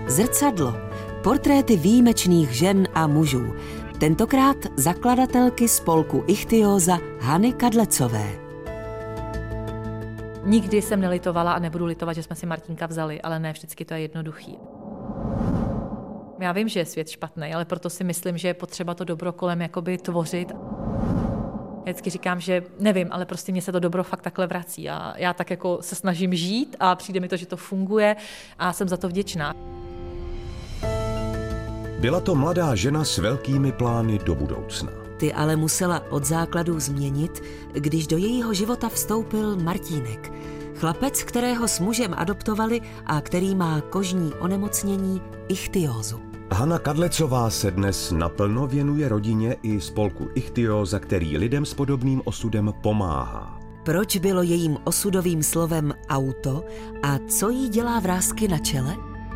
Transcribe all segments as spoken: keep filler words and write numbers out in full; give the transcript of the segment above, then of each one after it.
Zrcadlo. Portréty výjimečných žen a mužů. Tentokrát zakladatelky spolku Ichthyosa Hany Kadlecové. Nikdy jsem nelitovala a nebudu litovat, že jsme si Martinka vzali, ale ne vždycky to je jednoduchý. Já vím, že je svět špatný, ale proto si myslím, že je potřeba to dobro kolem jakoby tvořit. Vždycky říkám, že nevím, ale prostě mně se to dobro fakt takhle vrací a já tak jako se snažím žít a přijde mi to, že to funguje a jsem za to vděčná. Byla to mladá žena s velkými plány do budoucna. Ty ale musela od základů změnit, když do jejího života vstoupil Martínek. Chlapec, kterého s mužem adoptovali a který má kožní onemocnění ichtyózu. Hana Kadlecová se dnes naplno věnuje rodině i spolku Ichthyosa, který lidem s podobným osudem pomáhá. Proč bylo jejím osudovým slovem auto a co jí dělá vrásky na čele?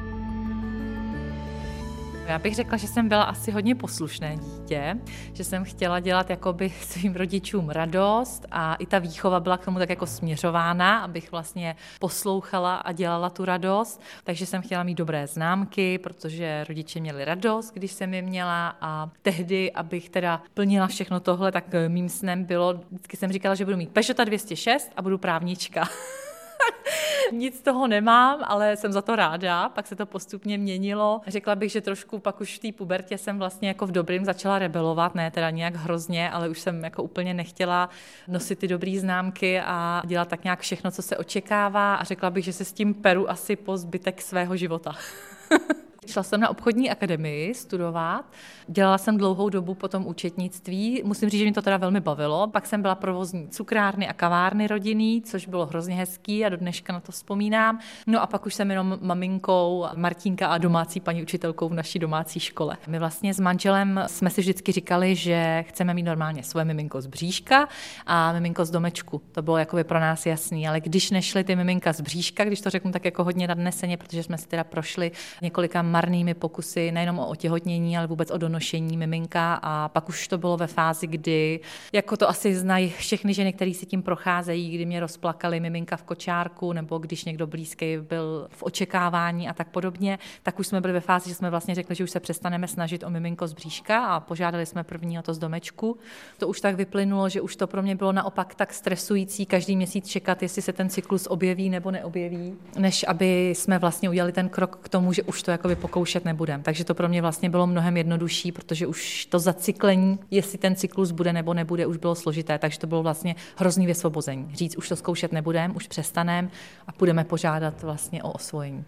Já bych řekla, že jsem byla asi hodně poslušné dítě, že jsem chtěla dělat jakoby svým rodičům radost a i ta výchova byla k tomu tak jako směřována, abych vlastně poslouchala a dělala tu radost. Takže jsem chtěla mít dobré známky, protože rodiče měli radost, když jsem je měla a tehdy, abych teda plnila všechno tohle, tak mým snem bylo, vždycky jsem říkala, že budu mít Peugeota dvě stě šest a budu právnička. Nic z toho nemám, ale jsem za to ráda, pak se to postupně měnilo. Řekla bych, že trošku pak už v té pubertě jsem vlastně jako v dobrým začala rebelovat, ne teda nějak hrozně, ale už jsem jako úplně nechtěla nosit ty dobrý známky a dělat tak nějak všechno, co se očekává a řekla bych, že se s tím peru asi po zbytek svého života. Šla jsem na obchodní akademii studovat, dělala jsem dlouhou dobu potom účetnictví, musím říct, že mě to teda velmi bavilo, pak jsem byla provozní cukrárny a kavárny rodinný, což bylo hrozně hezký a do dneška na to vzpomínám. No a pak už jsem jenom maminkou Martínka a domácí paní učitelkou v naší domácí škole. My vlastně s manželem jsme si vždycky říkali, že chceme mít normálně svoje miminko z bříška a miminko z domečku. To bylo jakoby pro nás jasný, ale když nešly ty miminka z bříška, když to řeknu tak jako hodně nadneseně, protože jsme si teda prošli několika marnými pokusy nejenom o otěhotnění, ale vůbec o donošení miminka a pak už to bylo ve fázi, kdy, jako to asi znají všechny ženy, které si tím procházejí, kdy mě rozplakali miminka v kočárku nebo když někdo blízký byl v očekávání a tak podobně, tak už jsme byli ve fázi, že jsme vlastně řekli, že už se přestaneme snažit o miminko z bříška a požádali jsme prvního to z domečku. To už tak vyplynulo, že už to pro mě bylo naopak tak stresující každý měsíc čekat, jestli se ten cyklus objeví nebo neobjeví, než aby jsme vlastně udělali ten krok k tomu, že už to jako pokoušet nebudem. Takže to pro mě vlastně bylo mnohem jednodušší, protože už to zacyklení, jestli ten cyklus bude nebo nebude, už bylo složité, takže to bylo vlastně hrozný vysvobození. Říct, už to zkoušet nebudem, už přestanem a půjdeme požádat vlastně o osvojení.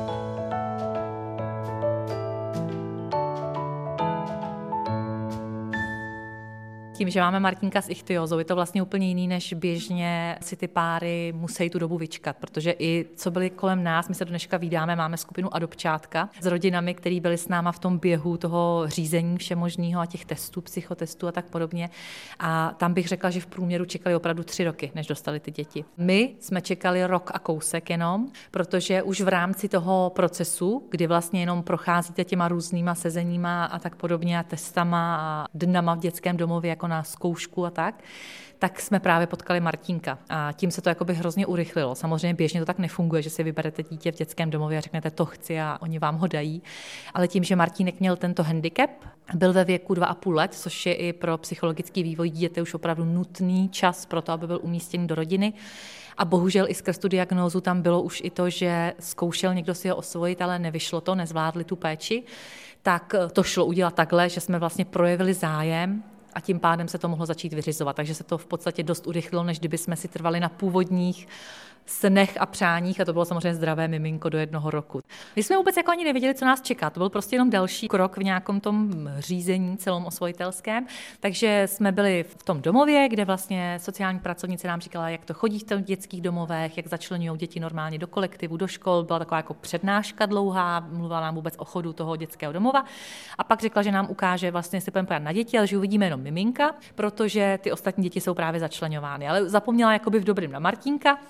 Tím, že máme Martinka s ichtyózou, je to vlastně úplně jiný, než běžně si ty páry musí tu dobu vyčkat, protože i co byli kolem nás, my se do dneška vídáme, máme skupinu Adopčátka s rodinami, který byli s náma v tom běhu toho řízení všemožného a těch testů, psychotestů a tak podobně. A tam bych řekla, že v průměru čekali opravdu tři roky, než dostali ty děti. My jsme čekali rok a kousek jenom, protože už v rámci toho procesu, kdy vlastně jenom procházíte těma různýma sezeníma a tak podobně a testama a dnama v dětském domově jako na zkoušku a tak, tak jsme právě potkali Martínka a tím se to jakoby hrozně urychlilo. Samozřejmě běžně to tak nefunguje, že si vyberete dítě v dětském domově a řeknete to chci a oni vám ho dají, ale tím, že Martínek měl tento handicap, byl ve věku dva a půl let, což je i pro psychologický vývoj dítěte už opravdu nutný čas pro to, aby byl umístěn do rodiny. A bohužel i skrz tu diagnózu tam bylo už i to, že zkoušel někdo si ho osvojit, ale nevyšlo to, nezvládli tu péči, tak to šlo udělat takhle, že jsme vlastně projevili zájem a tím pádem se to mohlo začít vyřizovat. Takže se to v podstatě dost urychlilo, než kdyby jsme si trvali na původních snech a přáních a to bylo samozřejmě zdravé miminko do jednoho roku. My jsme vůbec jako ani nevěděli, co nás čeká. To byl prostě jenom další krok v nějakom tom řízení celom osvojitelském. Takže jsme byli v tom domově, kde vlastně sociální pracovnice nám říkala, jak to chodí v těch dětských domovech, jak začleňují děti normálně do kolektivu, do škol. Byla taková jako přednáška dlouhá, mluvila nám vůbec o chodu toho dětského domova. A pak řekla, že nám ukáže vlastně, jestli půjdeme podívat na děti, ale že uvidíme jenom miminka, protože ty ostatní děti jsou právě začleňovány. Ale zapomněla jakoby v dobrým na Martínka, který tam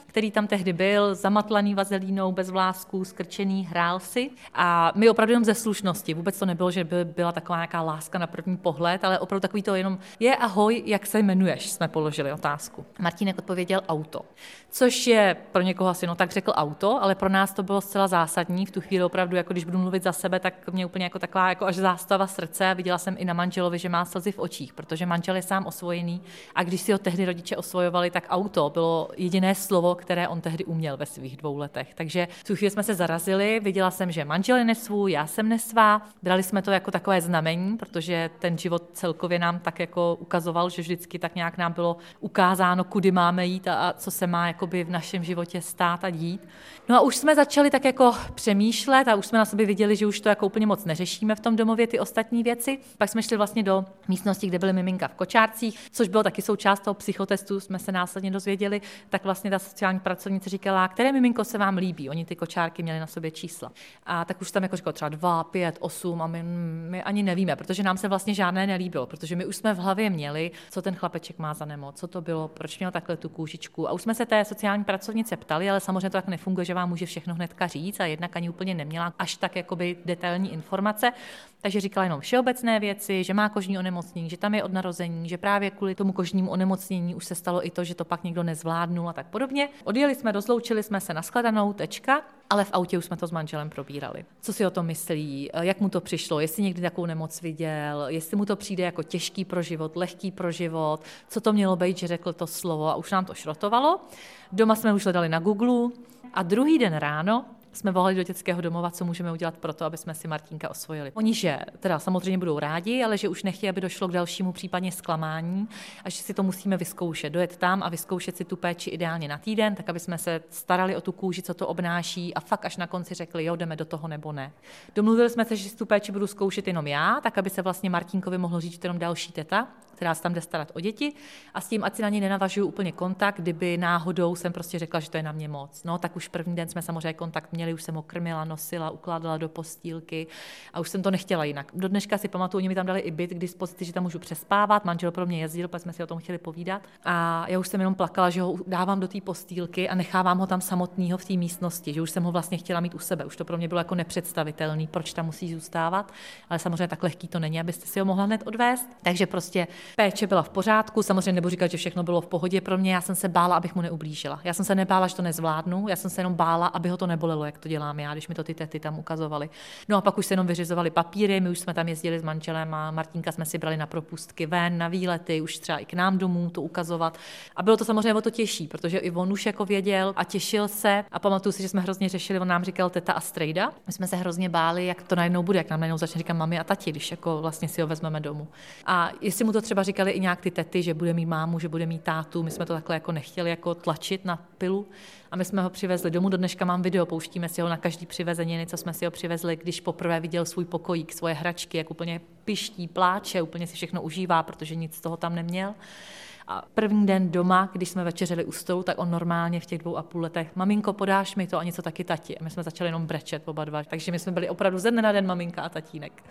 tam tehdy byl, zamatlaný vazelínou, bez vlásků, skrčený, hrál si. A my opravdu jenom ze slušnosti. Vůbec to nebylo, že by byla taková nějaká láska na první pohled, ale opravdu takový to jenom je ahoj, jak se jmenuješ, jsme položili otázku. Martínek odpověděl auto. Což je pro někoho asi, no tak řekl auto, ale pro nás to bylo zcela zásadní. V tu chvíli opravdu, jako když budu mluvit za sebe, tak mě úplně jako taková jako až zástava srdce a viděla jsem i na manželovi, že má slzy v očích, protože manžel je sám osvojený a když si ho tehdy rodiče osvojovali, tak auto bylo jediné slovo, které on tehdy uměl ve svých dvou letech. Takže v tu chvíli jsme se zarazili, viděla jsem, že manžel je nesvůj, já jsem nesvá. Brali jsme to jako takové znamení, protože ten život celkově nám tak jako ukazoval, že vždycky tak nějak nám bylo ukázáno, kudy máme jít a, a co se má jakoby v našem životě stát a dít. No a už jsme začali tak jako přemýšlet a už jsme na sobě viděli, že už to jako úplně moc neřešíme v tom domově ty ostatní věci. Pak jsme šli vlastně do místnosti, kde byly miminka v kočárcích, což bylo taky součást toho psychotestu, jsme se následně dozvěděli, tak vlastně ta sociální pracovnice říkala, které miminko se vám líbí. Oni ty kočárky měli na sobě čísla. A tak už tam jako říkalo třeba dva, pět, osm a my, my ani nevíme, protože nám se vlastně žádné nelíbilo, protože my už jsme v hlavě měli, co ten chlapeček má za nemoc, co to bylo, proč měl takhle tu kůžičku. A už jsme se té sociální pracovnice ptali, ale samozřejmě to tak nefunguje, že vám může všechno hnedka říct a jednak ani úplně neměla až tak jakoby detailní informace. Takže říkala jenom všeobecné věci, že má kožní onemocnění, že tam je od narození, že právě kvůli tomu kožnímu onemocnění už se stalo i to, že to pak někdo nezvládnul a tak podobně. Odjeli jsme, rozloučili jsme se, nashledanou, tečka, ale v autě už jsme to s manželem probírali. Co si o tom myslí, jak mu to přišlo, jestli někdy takovou nemoc viděl, jestli mu to přijde jako těžký pro život, lehký pro život, co to mělo být, že řekl to slovo a už nám to šrotovalo. Doma jsme už hledali na Google a druhý den ráno jsme volali do dětského domova, co můžeme udělat pro to, aby jsme si Martínka osvojili. Oni, že teda samozřejmě budou rádi, ale že už nechtějí, aby došlo k dalšímu případně zklamání a že si to musíme vyzkoušet. Dojet tam a vyzkoušet si tu péči ideálně na týden, tak aby jsme se starali o tu kůži, co to obnáší a fakt až na konci řekli, jo, jdeme do toho nebo ne. Domluvili jsme se, že si tu péči budu zkoušet jenom já, tak aby se vlastně Martínkovi mohlo říct jenom další teta, která se tam jde starat o děti a s tím, ať si na něj nenavažuju úplně kontakt, kdyby náhodou jsem prostě řekla, že to je na mě moc. No, tak už první den jsme samozřejmě kontakt měli, už jsem ho krmila, nosila, ukládala do postýlky a už jsem to nechtěla jinak. Do dneška si pamatuju, oni mi tam dali i byt k dispozici, že tam můžu přespávat, manžel pro mě jezdil, protože jsme si o tom chtěli povídat. A já už jsem jenom plakala, že ho dávám do té postýlky a nechávám ho tam samotného v té místnosti, že už jsem ho vlastně chtěla mít u sebe. Už to pro mě bylo jako nepředstavitelný, proč tam musí zůstávat, ale samozřejmě tak lehký to není, abyste si ho mohla hned odvést. Takže prostě péče byla v pořádku, samozřejmě nebudu říkat, že všechno bylo v pohodě pro mě, já jsem se bála, abych mu neublížila. Já jsem se nebála, že to nezvládnu, já jsem se jenom bála, aby ho to nebolelo, jak to dělám já, když mi to ty tety tam ukazovaly. No a pak už se jenom vyřizovali papíry, my už jsme tam jezdili s manželem a Martínka jsme si brali na propustky ven, na výlety, už třeba i k nám domů to ukazovat. A bylo to samozřejmě o to těžší, protože i on už jako věděl a těšil se a pamatuju si, že jsme hrozně řešili, on nám říkal teta a strejda. My jsme se hrozně báli, jak to najednou bude, jak nám najednou začne říkat mami a tati, když jako vlastně si ho vezmeme domů. A jestli mu to třeba říkali i nějak ty tety, že bude mít mámu, že bude mít tátu, my jsme to takhle jako nechtěli jako tlačit na pilu. A my jsme ho přivezli domů, do dneška mám video, pouštíme si ho na každý přivezeniny, co jsme si ho přivezli, když poprvé viděl svůj pokojík, svoje hračky, jak úplně piští, pláče, úplně si všechno užívá, protože nic z toho tam neměl. A první den doma, když jsme večeřili u stolu, tak on normálně v těch dvou a půl letech, maminko, podáš mi to a něco taky tati. A my jsme začali jenom brečet oba dva, takže my jsme byli opravdu ze dne na den maminka a tatínek.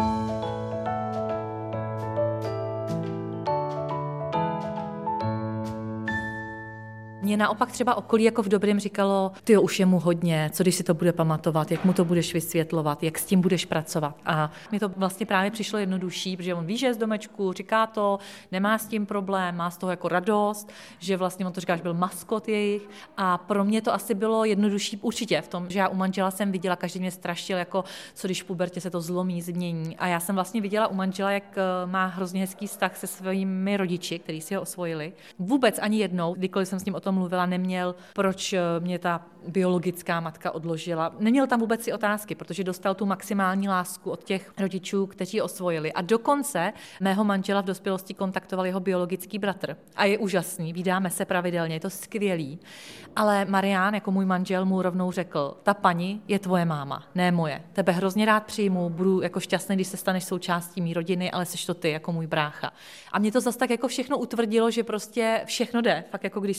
Mě naopak třeba okolí jako v dobrém říkalo, ty už je mu hodně, co když si to bude pamatovat, jak mu to budeš vysvětlovat, jak s tím budeš pracovat. A mi to vlastně právě přišlo jednodušší, protože on ví, že je z domečku, říká to, nemá s tím problém, má z toho jako radost, že vlastně on to říká, že byl maskot jejich. A pro mě to asi bylo jednodušší určitě v tom, že já u manžela jsem viděla, každý mě strašil, jako co když v pubertě se to zlomí, změní. A já jsem vlastně viděla u manžela, jak má hrozně hezký vztah se svými rodiči, kteří si ho osvojili. Vůbec ani jednou, kdykoliv jsem s ním o tom mluvila, neměl, proč mě ta biologická matka odložila. Neměl tam vůbec si otázky, protože dostal tu maximální lásku od těch rodičů, kteří osvojili. A dokonce mého manžela v dospělosti kontaktoval jeho biologický bratr. A je úžasný, vídáme se pravidelně, je to skvělý. Ale Marián, jako můj manžel, mu rovnou řekl, ta paní je tvoje máma, ne moje. Tebe hrozně rád přijmu, budu jako šťastný, když se staneš součástí mý rodiny, ale seš to ty, jako můj brácha. A mě to zase tak jako všechno utvrdilo, že prostě všechno jde, fakt jako když se chce a když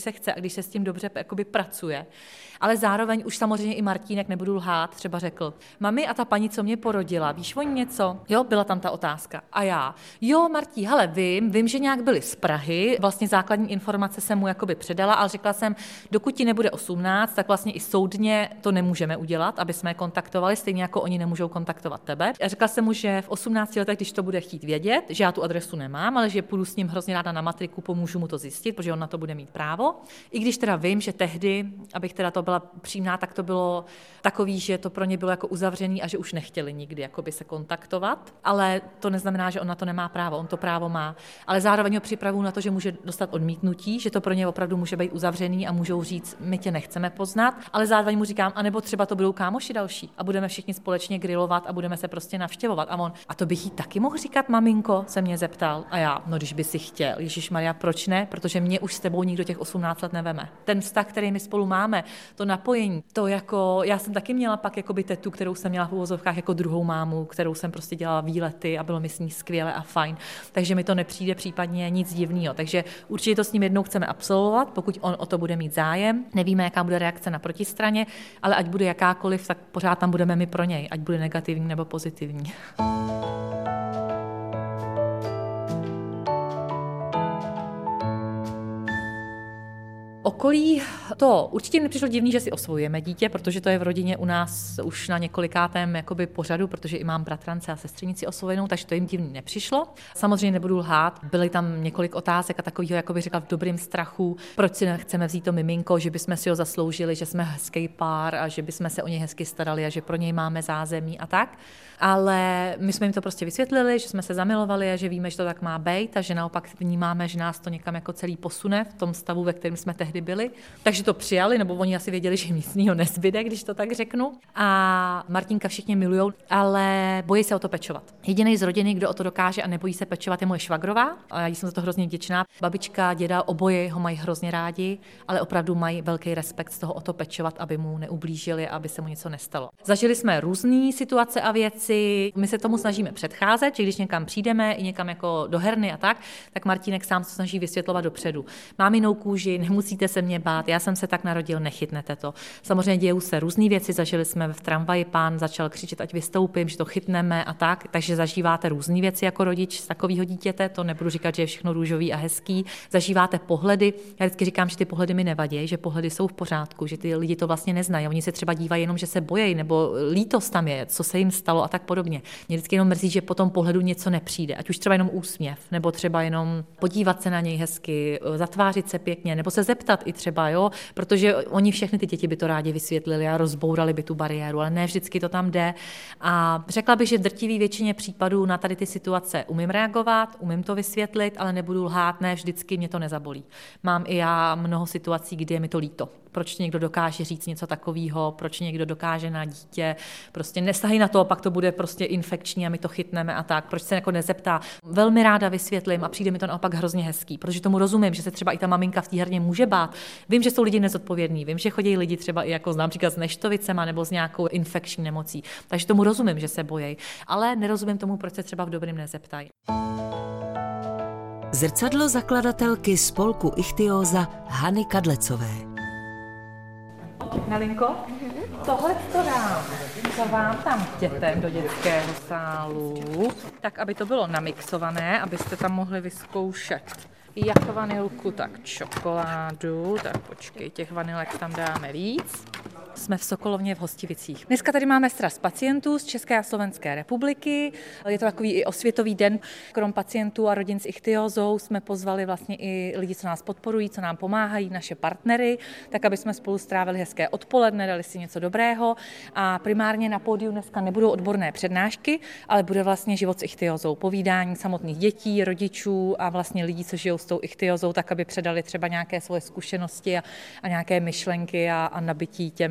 když se s tím dobře jakoby pracuje. Ale zároveň už samozřejmě i Martínek, nebudu lhát, třeba řekl, mami a ta paní, co mě porodila, víš o ní něco? Jo, byla tam ta otázka. A já, jo, Martí, hele, vím, vím, že nějak byli z Prahy, vlastně základní informace jsem mu jakoby předala, ale řekla jsem, dokud ti nebude osmnáct, tak vlastně i soudně to nemůžeme udělat, aby jsme je kontaktovali, stejně jako oni nemůžou kontaktovat tebe. A řekla jsem mu, že v osmnácti letech, když to bude chtít vědět, že já tu adresu nemám, ale že půjdu s ním hrozně ráda na matriku, pomůžu mu to zjistit, protože on na to bude mít právo. I když teda vím, že tehdy, abych teda to byla přímá, tak to bylo takový, že to pro ně bylo jako uzavřený a že už nechtěli nikdy jakoby se kontaktovat, ale to neznamená, že on na to nemá právo, on to právo má, ale zároveň ho připravuju na to, že může dostat odmítnutí, že to pro ně opravdu může být uzavřený a můžou říct, my tě nechceme poznat, ale zároveň mu říkám, anebo třeba to budou kámoši další a budeme všichni společně grilovat a budeme se prostě navštěvovat. A on, a to bych jí taky mohl říkat, maminko, se mě zeptal. A já, no když by si chtěl, Ježišmarja, proč ne? Protože mě už s tebou nikdo těch osmnáct let neveme. Ten vztah, který my spolu máme, to napojení, to jako, já jsem taky měla pak jakoby tetu, kterou jsem měla v uvozovkách jako druhou mámu, kterou jsem prostě dělala výlety a bylo mi s ní skvěle a fajn. Takže mi to nepřijde případně nic divného. Takže určitě to s ním jednou chceme absolvovat, pokud on o to bude mít zájem. Nevíme, jaká bude reakce na protistraně, ale ať bude jakákoliv, tak pořád tam budeme my pro něj, ať bude negativní nebo pozitivní. Okolí to určitě nepřišlo divný, že si osvojujeme dítě, protože to je v rodině u nás už na několikátém jakoby pořadu, protože i mám bratrance a sestřenici osvojenou, takže to jim divný nepřišlo. Samozřejmě nebudu lhát, byly tam několik otázek a takového, jako bych řekla, v dobrým strachu, proč si nechceme vzít to miminko, že bychom si ho zasloužili, že jsme hezký pár a že bychom se o něj hezky starali a že pro něj máme zázemí a tak. Ale my jsme jim to prostě vysvětlili, že jsme se zamilovali a že víme, že to tak má být a že naopak vnímáme, že nás to někam jako celý posune v tom stavu, ve kterém jsme tehdy byli. Takže to přijali, nebo oni asi věděli, že nic jiného nezbyde, když to tak řeknu. A Martinka všichni milujou, ale bojí se o to pečovat. Jediný z rodiny, kdo o to dokáže a nebojí se pečovat, je moje švagrová. A já jsem za to hrozně vděčná. Babička, děda, oboje ho mají hrozně rádi, ale opravdu mají velký respekt z toho o to pečovat, aby mu neublížili, aby se mu něco nestalo. Zažili jsme různé situace a věci. My se tomu snažíme předcházet, že když někam přijdeme i někam jako do herny a tak, tak Martínek sám se snaží vysvětlovat dopředu. Mám jinou kůži, nemusíte se mě bát, já jsem se tak narodil, nechytnete to. Samozřejmě dějou se různé věci, zažili jsme v tramvaji, pán začal křičet, ať vystoupím, že to chytneme a tak, takže zažíváte různé věci jako rodič z takového dítěte, to nebudu říkat, že je všechno růžový a hezký. Zažíváte pohledy, já vždycky říkám, že ty pohledy mi nevadí, že pohledy jsou v pořádku, že ty lidi to vlastně neznají, oni se třeba dívají jenom, že se bojí nebo lítost tam je, co se jim stalo a tak podobně. Mě vždycky jenom mrzí, že po tom pohledu něco nepřijde, ať už třeba jenom úsměv, nebo třeba jenom podívat se na něj hezky, zatvářit se pěkně, nebo se zeptat i třeba, jo, protože oni všechny ty děti by to rádi vysvětlili a rozbourali by tu bariéru, ale ne vždycky to tam jde. A řekla bych, že v drtivé většině případů na tady ty situace umím reagovat, umím to vysvětlit, ale nebudu lhát, ne vždycky mě to nezabolí. Mám i já mnoho situací, kdy je mi to líto. Proč někdo dokáže říct něco takového, proč někdo dokáže na dítě, prostě nestahy na to, pak to bude prostě infekční a my to chytneme a tak, proč se jako nezeptá. Velmi ráda vysvětlím a přijde mi to naopak hrozně hezký, protože tomu rozumím, že se třeba i ta maminka v té herně může bát. Vím, že jsou lidi nezodpovědní, vím, že chodí lidi třeba i jako znám příklad s neštovicema nebo s nějakou infekční nemocí, takže tomu rozumím, že se bojí, ale nerozumím tomu, proč se třeba v dobrým nezeptají. Zrcadlo zakladatelky spolku Ichthyosa Hany Kadlecové. Nelinko, tohle to dám, to vám tam dětem do dětského sálu, tak aby to bylo namixované, abyste tam mohli vyzkoušet jak vanilku, tak čokoládu, tak počkej, těch vanilek tam dáme víc. Jsme v Sokolovně v Hostivicích. Dneska tady máme sraz pacientů z České a Slovenské republiky. Je to takový i osvětový den. Krom pacientů a rodin s ichtyózou jsme pozvali vlastně i lidi, co nás podporují, co nám pomáhají, naše partnery, tak aby jsme spolu strávili hezké odpoledne, dali si něco dobrého. A primárně na pódiu dneska nebudou odborné přednášky, ale bude vlastně život s ichtyózou, povídání samotných dětí, rodičů a vlastně lidí, co žijou s tou ichtyózou, tak aby předali třeba nějaké svoje zkušenosti a, a nějaké myšlenky a, a nabití těm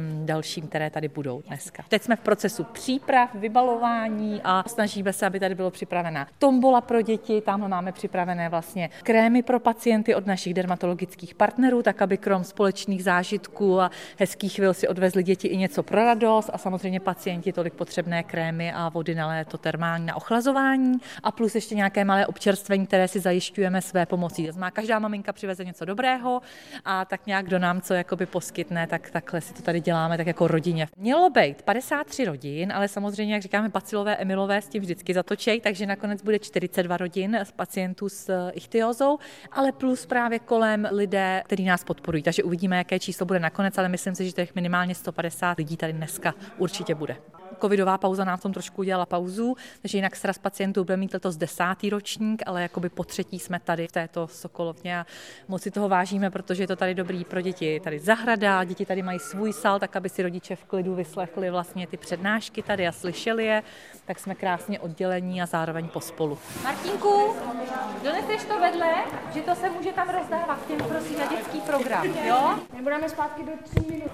těm dalším, které tady budou dneska. Teď jsme v procesu příprav, vybalování a snažíme se, aby tady bylo připravená tombola pro děti, tam máme připravené vlastně krémy pro pacienty od našich dermatologických partnerů, tak aby krom společných zážitků a hezkých chvil si odvezli děti i něco pro radost a samozřejmě pacienti tolik potřebné krémy a vody na léto termální na ochlazování a plus ještě nějaké malé občerstvení, které si zajišťujeme své pomocí. Má každá maminka přiveze něco dobrého a tak nějak kdo nám co jakoby poskytne, tak takhle si to tady děláme tak jako rodině. Mělo být padesát tři rodin, ale samozřejmě, jak říkáme, bacilové, emilové s tím vždycky zatočej, takže nakonec bude čtyřicet dva rodin z pacientů s ichtyózou, ale plus právě kolem lidé, kteří nás podporují. Takže uvidíme, jaké číslo bude nakonec, ale myslím si, že těch minimálně sto padesát lidí tady dneska určitě bude. Covidová pauza nám v tom trošku udělala pauzu, takže jinak sraz pacientů bude mít letos desátý ročník, ale jakoby po třetí jsme tady v této Sokolovně a moc si toho vážíme, protože je to tady dobrý pro děti. Tady zahrada, děti tady mají svůj sál, tak aby si rodiče v klidu vyslechli vlastně ty přednášky tady a slyšeli je, tak jsme krásně oddělení a zároveň pospolu. Martinku, doneseš to vedle, že to se může tam rozdávat těm prosím na dětský program, jo? Nebudeme zpátky do tří minut.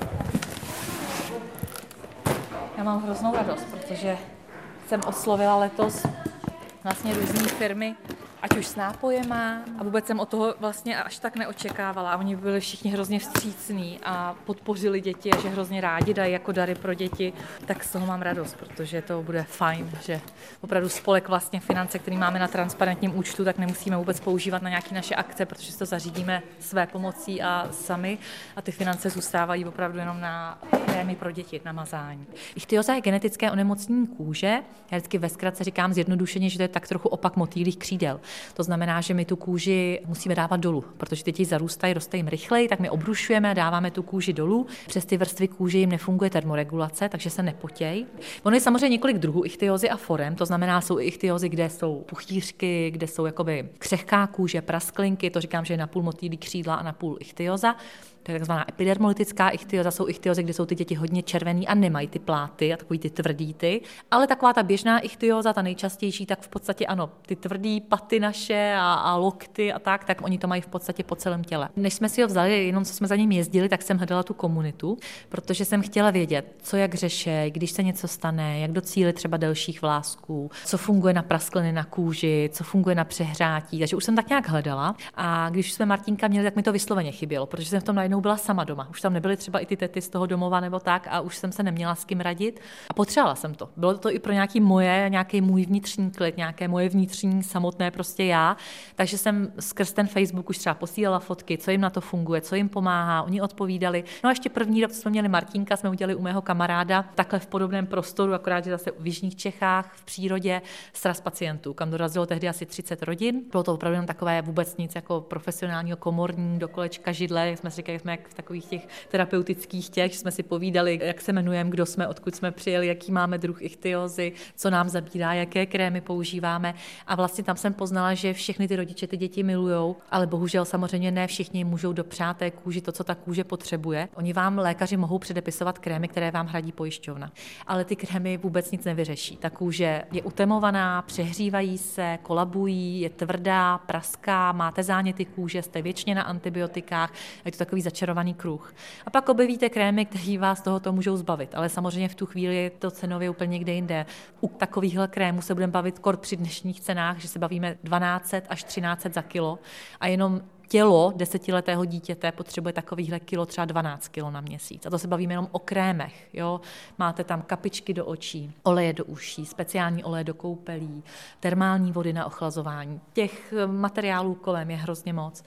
Já mám hroznou radost, protože jsem oslovila letos vlastně různé firmy, ať už s nápojema a vůbec jsem od toho vlastně až tak neočekávala a oni byli všichni hrozně vstřícní a podpořili děti a že hrozně rádi dají jako dary pro děti, tak z toho mám radost, protože to bude fajn, že opravdu spolek vlastně finance, které máme na transparentním účtu, tak nemusíme vůbec používat na nějaké naše akce, protože si to zařídíme své pomocí a sami a ty finance zůstávají opravdu jenom na krémy pro děti, na mazání. Ichtyóza je genetické onemocnění kůže, já vždycky ve zkratce říkám zjednodušeně, že to je tak trochu opak motýlích křídel. To znamená, že my tu kůži musíme dávat dolů, protože děti zarůstají, roste jim rychleji, tak my obrušujeme a dáváme tu kůži dolů. Přes ty vrstvy kůže jim nefunguje termoregulace, takže se nepotěj. Ono je samozřejmě několik druhů ichtyózy a forem, to znamená, jsou ichtyózy, kde jsou puchýřky, kde jsou jakoby křehká kůže, prasklinky, to říkám, že je napůl motýlí křídla a napůl ichtyóza. To je takzvaná epidermolytická ichtyóza, jsou ichtyózy, kde jsou ty děti hodně červený a nemají ty pláty a takový ty tvrdý ty. Ale taková ta běžná ichtyóza, ta nejčastější, tak v podstatě ano, ty tvrdý paty naše a, a lokty a tak, tak oni to mají v podstatě po celém těle. Než jsme si ho vzali, jenom co jsme za ním jezdili, tak jsem hledala tu komunitu, protože jsem chtěla vědět, co jak řeší, když se něco stane, jak docílit třeba delších vlásků, co funguje na praskliny na kůži, co funguje na přehrátí. Takže už jsem tak nějak hledala a když jsme Martínka měli, tak mi to vysloveně chybělo, protože jsem v tom najednou byla sama doma. Už tam nebyly třeba i ty tety z toho domova nebo tak a už jsem se neměla s kým radit a potřebovala jsem to. Bylo to i pro nějaký moje, nějaký můj vnitřní klid, nějaké moje vnitřní samotné prostě já, takže jsem skrz ten Facebook už třeba posílala fotky, co jim na to funguje, co jim pomáhá, oni odpovídali. No a ještě první rok jsme měli Martínka, jsme udělali u mého kamaráda takhle v podobném prostoru, akorát že zase v jižních Čechách, v přírodě, sraz pacientů, kam dorazilo tehdy asi třicet rodin. Bylo to opravdu jen takové vůbec nic jako profesionálního komorní do kolečka židle, jak jsme si říkali, jsme jak v takových těch terapeutických těch, jsme si povídali, jak se jmenujeme, kdo jsme, odkud jsme přijeli, jaký máme druh ichtyózy, co nám zabírá, jaké krémy používáme. A vlastně tam jsem poznala, že všechny ty rodiče ty děti milujou, ale bohužel samozřejmě ne všichni můžou dopřát té kůži to, co ta kůže potřebuje. Oni vám lékaři mohou předepisovat krémy, které vám hradí pojišťovna, ale ty krémy vůbec nic nevyřeší. Ta kůže je utemovaná, přehřívají se, kolabují, je tvrdá, praská, máte záněty kůže, jste věčně na antibiotikách, je to takový začarovaný kruh. A pak objevíte krémy, které vás tohoto můžou zbavit, ale samozřejmě v tu chvíli je to cenově úplně někde jinde. U takovýchhle krémů se budeme bavit kort při dnešních cenách, že se bavíme dvanáct set až třináct set za kilo a jenom tělo desetiletého dítěte potřebuje takovýhle kilo, třeba dvanáct kilo na měsíc. A to se bavíme jenom o krémech. Jo? Máte tam kapičky do očí, oleje do uší, speciální oleje do koupelí, termální vody na ochlazování. Těch materiálů kolem je hrozně moc.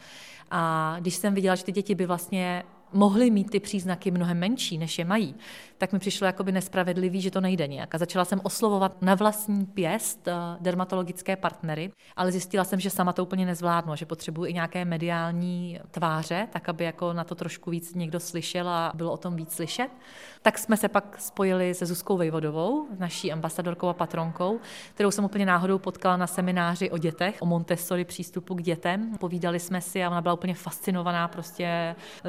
A když jsem viděla, že ty děti by vlastně mohly mít ty příznaky mnohem menší, než je mají, tak mi přišlo jakoby nespravedlivý, že to nejde nějak. A začala jsem oslovovat na vlastní pěst dermatologické partnery, ale zjistila jsem, že sama to úplně nezvládnu, že potřebuji i nějaké mediální tváře, tak aby jako na to trošku víc někdo slyšel a bylo o tom víc slyšet. Tak jsme se pak spojili se Zuzkou Vejvodovou, naší ambasadorkou a patronkou, kterou jsem úplně náhodou potkala na semináři o dětech, o Montessori přístupu k dětem. Povídali jsme si a ona byla úplně fascinovaná, prostě, že jsme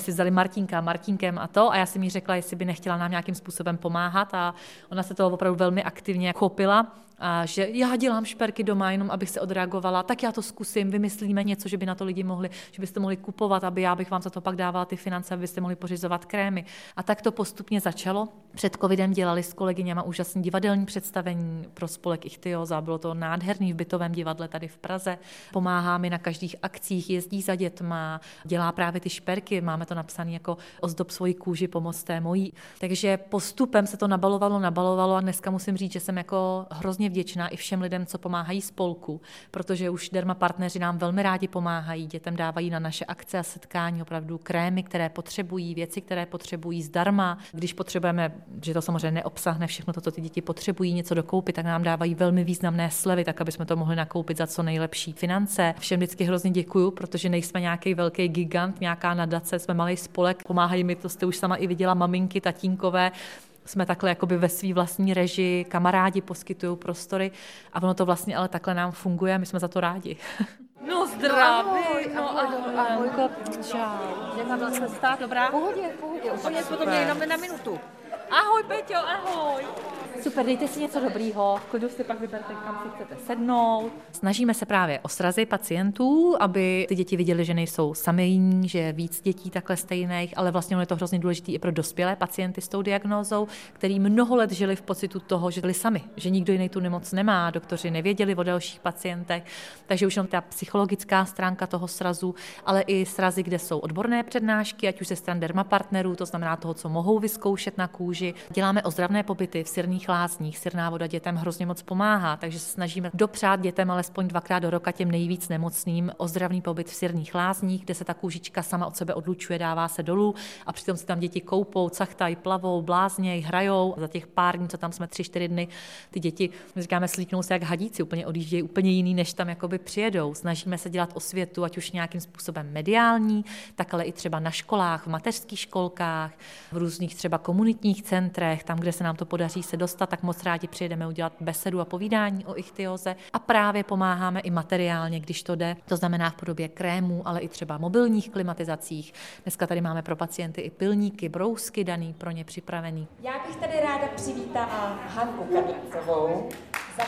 si vzali Martínka, Martínkem a to a já jsem jí řekla, jestli by nechtěla nám nějakým způsobem pomáhat a ona se toho opravdu velmi aktivně chopila. A že já dělám šperky doma, jenom abych se odreagovala, tak já to zkusím, vymyslíme něco, že by na to lidi mohli, že byste mohli kupovat, aby já bych vám za to pak dávala ty finance, abyste mohli pořizovat krémy. A tak to postupně začalo. Před covidem dělali s kolegyněma úžasný divadelní představení pro spolek Ichthyosa, bylo to nádherný v bytovém divadle tady v Praze. Pomáhá mi na každých akcích, jezdí za dětma, dělá právě ty šperky, máme to napsané jako ozdob svoji kůži, pomoc té mojí. Takže postupem se to nabalovalo, nabalovalo a dneska musím říct, že jsem jako hrozně vděčná i všem lidem, co pomáhají spolku, protože už Derma partneři nám velmi rádi pomáhají, dětem dávají na naše akce a setkání opravdu krémy, které potřebují, věci, které potřebují zdarma. Když potřebujeme, že to samozřejmě neobsahne všechno to, co ty děti potřebují, něco dokoupit, tak nám dávají velmi významné slevy, tak aby jsme to mohli nakoupit za co nejlepší finance. Všem vždycky hrozně děkuju, protože nejsme nějaký velký gigant, nějaká nadace, jsme malý spolek, pomáhají mi, to jste už sama i viděla, maminky, tatínkové. Jsme takhle jakoby ve své vlastní režii, kamarádi poskytují prostory a ono to vlastně ale takhle nám funguje a my jsme za to rádi. No zdraví, no ahoj, ahoj, čau. Jak vám byla cesta, dobrá? Pohodě, pohodě, úplně jsme to měli na, na minutu. Ahoj Peťo, ahoj. Super, dejte si něco dobrýho, v klidu si pak vyberte, kam si chcete sednout. Snažíme se právě o srazy pacientů, aby ty děti viděly, že nejsou samejní, že je víc dětí takhle stejných, ale vlastně je to hrozně důležité i pro dospělé pacienty s tou diagnózou, který mnoho let žili v pocitu toho, že byli sami, že nikdo jiný tu nemoc nemá, doktoři nevěděli o dalších pacientech, takže už jenom ta psychologická stránka toho srazu, ale i srazy, kde jsou odborné přednášky, ať už ze stran Derma partnerů, to znamená toho, co mohou vyzkoušet na kůži. Děláme ozdravné pobyty v sirných lázních, sirná voda dětem hrozně moc pomáhá, takže se snažíme dopřát dětem alespoň dvakrát do roka těm nejvíc nemocným ozdravný pobyt v sirných lázních, kde se ta kůžička sama od sebe odlučuje, dává se dolů a přitom si tam děti koupou, cachtají, plavou, blázněj, hrajou. Za těch pár dní, co tam jsme tři, čtyři dny, ty děti, my říkáme, slíknou se jak hadíci, úplně odjíždějí úplně jiný, než tam jakoby přijedou. Snažíme se dělat osvětu, ať už nějakým způsobem mediální, tak ale i třeba na školách, v mateřských školkách, v různých třeba komunitních centrech, tam, kde se nám to podaří se dostat, tak moc rádi přijedeme udělat besedu a povídání o ichtyoze a právě pomáháme i materiálně, když to jde. To znamená v podobě krémů, ale i třeba mobilních klimatizacích. Dneska tady máme pro pacienty i pilníky, brousky daný, pro ně připravený. Já bych tady ráda přivítala Hanku Kadlecovou. Za...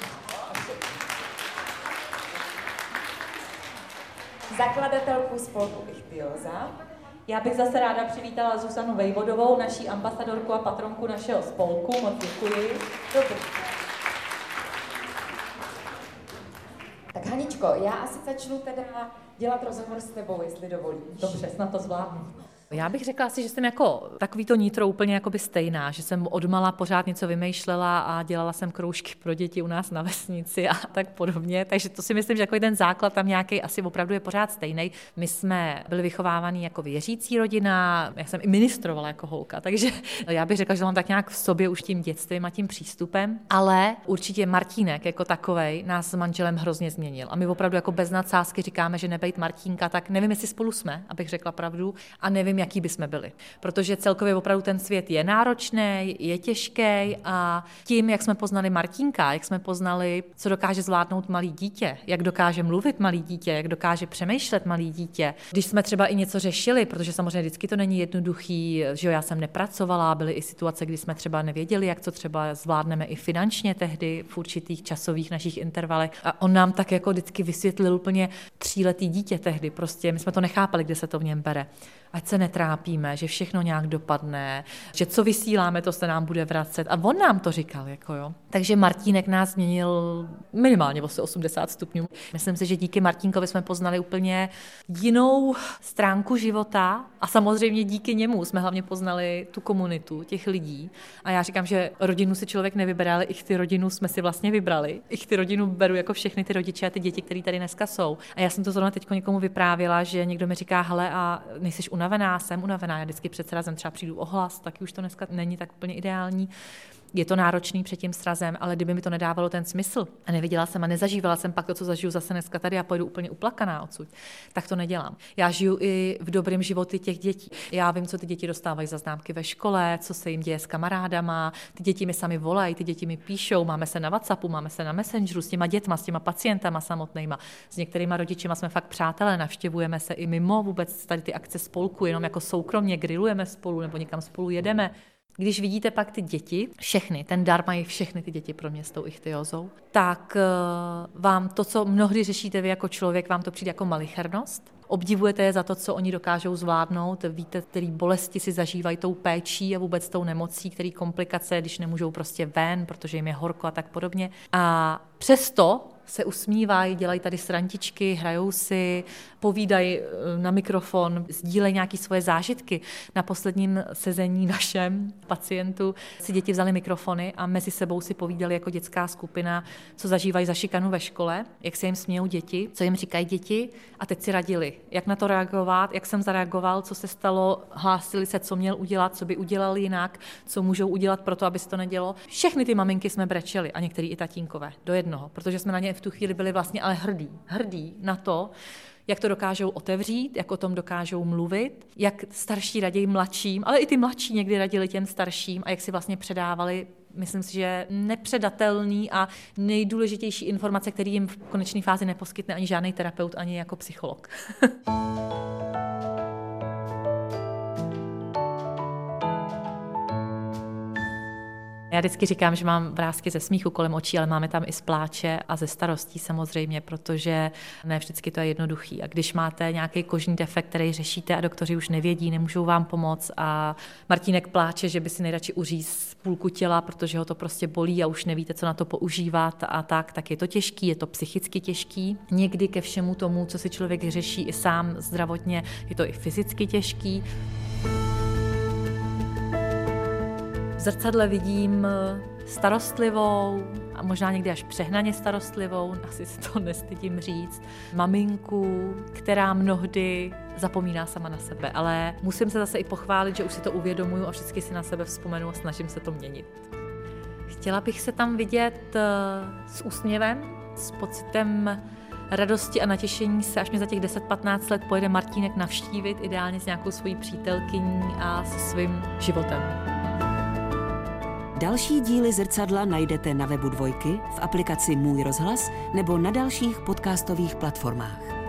zakladatelku spolku Ichthyosa. Já bych zase ráda přivítala Zuzanu Vejvodovou, naší ambasadorku a patronku našeho spolku. Moc děkuji. Dobrý. Tak Haničko, já asi začnu teda dělat rozhovor s tebou, jestli dovolíš. Dobře, snad to zvládnu. Já bych řekla asi, že jsem jako takový to nitro úplně jakoby stejná, že jsem odmala pořád něco vymýšlela a dělala jsem kroužky pro děti u nás na vesnici a tak podobně, takže to si myslím, že jako ten základ tam nějaký asi opravdu je pořád stejný. My jsme byli vychovávaní jako věřící rodina, já jsem i ministrovala jako holka, takže já bych řekla, že mám tak nějak v sobě už tím dětstvím a tím přístupem, ale určitě Martínek jako takovej nás s manželem hrozně změnil a my opravdu jako bez nadsázky říkáme, že nebejt Martínka, tak nevím, jestli spolu jsme, abych řekla pravdu, a nevím, jaký bychom byli. Protože celkově opravdu ten svět je náročný, je těžký a tím, jak jsme poznali Martínka, jak jsme poznali, co dokáže zvládnout malý dítě, jak dokáže mluvit malý dítě, jak dokáže přemýšlet malý dítě. Když jsme třeba i něco řešili, protože samozřejmě vždycky to není jednoduchý, že jo, já jsem nepracovala, byly i situace, kdy jsme třeba nevěděli, jak to třeba zvládneme i finančně tehdy v určitých časových našich intervalech. A on nám tak jako vždycky vysvětlil úplně tříletý dítě tehdy, prostě my jsme to nechápali, kde se to v něm bere. Ať se netrápíme, že všechno nějak dopadne, že co vysíláme, to se nám bude vracet. A on nám to říkal, jako jo. Takže Martínek nás změnil minimálně o osmdesát stupňů. Myslím si, že díky Martínkovi jsme poznali úplně jinou stránku života a samozřejmě díky němu jsme hlavně poznali tu komunitu těch lidí. A já říkám, že rodinu si člověk nevybere, ale i ty rodinu jsme si vlastně vybrali. I ty rodinu beru jako všechny ty rodiče a ty děti, které tady dneska jsou. A já jsem to zrovna teď někomu vyprávěla, že někdo mi říká, hele, a nejseš unavená, jsem unavená, já vždycky před srazem třeba přijdu o hlas, taky už to dneska není tak úplně ideální. je to náročný před tím srazem, ale kdyby mi to nedávalo ten smysl a neviděla jsem a nezažívala jsem pak to, co zažiju zase dneska tady a pojdu úplně uplakaná odsud, tak to nedělám. Já žiju i v dobrém životě těch dětí. Já vím, co ty děti dostávají za známky ve škole, co se jim děje s kamarádama, ty děti mi sami volají, ty děti mi píšou, máme se na WhatsAppu, máme se na Messengeru s těma dětma, s těma pacientama samotnýma. S některýma rodičima jsme fakt přátelé, navštěvujeme se i mimo vůbec tady ty akce spolku, jenom jako soukromně grillujeme spolu nebo někam spolu jedeme. Když vidíte pak ty děti, všechny, ten dar mají všechny ty děti pro mě s tou ichtyózou, tak vám to, co mnohdy řešíte vy jako člověk, vám to přijde jako malichernost. Obdivujete je za to, co oni dokážou zvládnout, víte, který bolesti si zažívají tou péčí a vůbec tou nemocí, který komplikace, když nemůžou prostě ven, protože jim je horko a tak podobně. A přesto se usmívají, dělají tady srandičky, hrajou si, povídají na mikrofon, sdílejí nějaké svoje zážitky. Na posledním sezení našem pacientu si děti vzali mikrofony a mezi sebou si povídali jako dětská skupina, co zažívají za šikanu ve škole, jak se jim smějou děti, co jim říkají děti a teď si radili, jak na to reagovat, jak jsem zareagoval, co se stalo, hlásili se, co měl udělat, co by udělal jinak, co můžou udělat pro to, aby se to nedělo. Všechny ty maminky jsme brečeli a některý i tatínkové do jednoho, protože jsme na ně v tu chvíli byli vlastně ale hrdí, hrdí na to, jak to dokážou otevřít, jak o tom dokážou mluvit, jak starší raději mladším, ale i ty mladší někdy radili těm starším a jak si vlastně předávali, myslím si, že nepředatelný a nejdůležitější informace, který jim v konečné fázi neposkytne ani žádný terapeut, ani jako psycholog. Já vždycky říkám, že mám vrásky ze smíchu kolem očí, ale máme tam i z pláče a ze starostí samozřejmě, protože ne vždycky to je jednoduchý. A když máte nějaký kožní defekt, který řešíte a doktoři už nevědí, nemůžou vám pomoct a Martínek pláče, že by si nejradši uříz půlku těla, protože ho to prostě bolí a už nevíte, co na to používat a tak, tak je to těžký, je to psychicky těžký. Někdy ke všemu tomu, co si člověk řeší i sám zdravotně, je to i fyzicky těžký. V zrcadle vidím starostlivou a možná někdy až přehnaně starostlivou, asi si to nestydím říct, maminku, která mnohdy zapomíná sama na sebe, ale musím se zase i pochválit, že už si to uvědomuju a vždycky si na sebe vzpomenu a snažím se to měnit. Chtěla bych se tam vidět s úsměvem, s pocitem radosti a natěšení se, až mě za těch deset patnáct let pojede Martínek navštívit, ideálně s nějakou svojí přítelkyní a se svým životem. Další díly Zrcadla najdete na webu Dvojky, v aplikaci Můj rozhlas nebo na dalších podcastových platformách.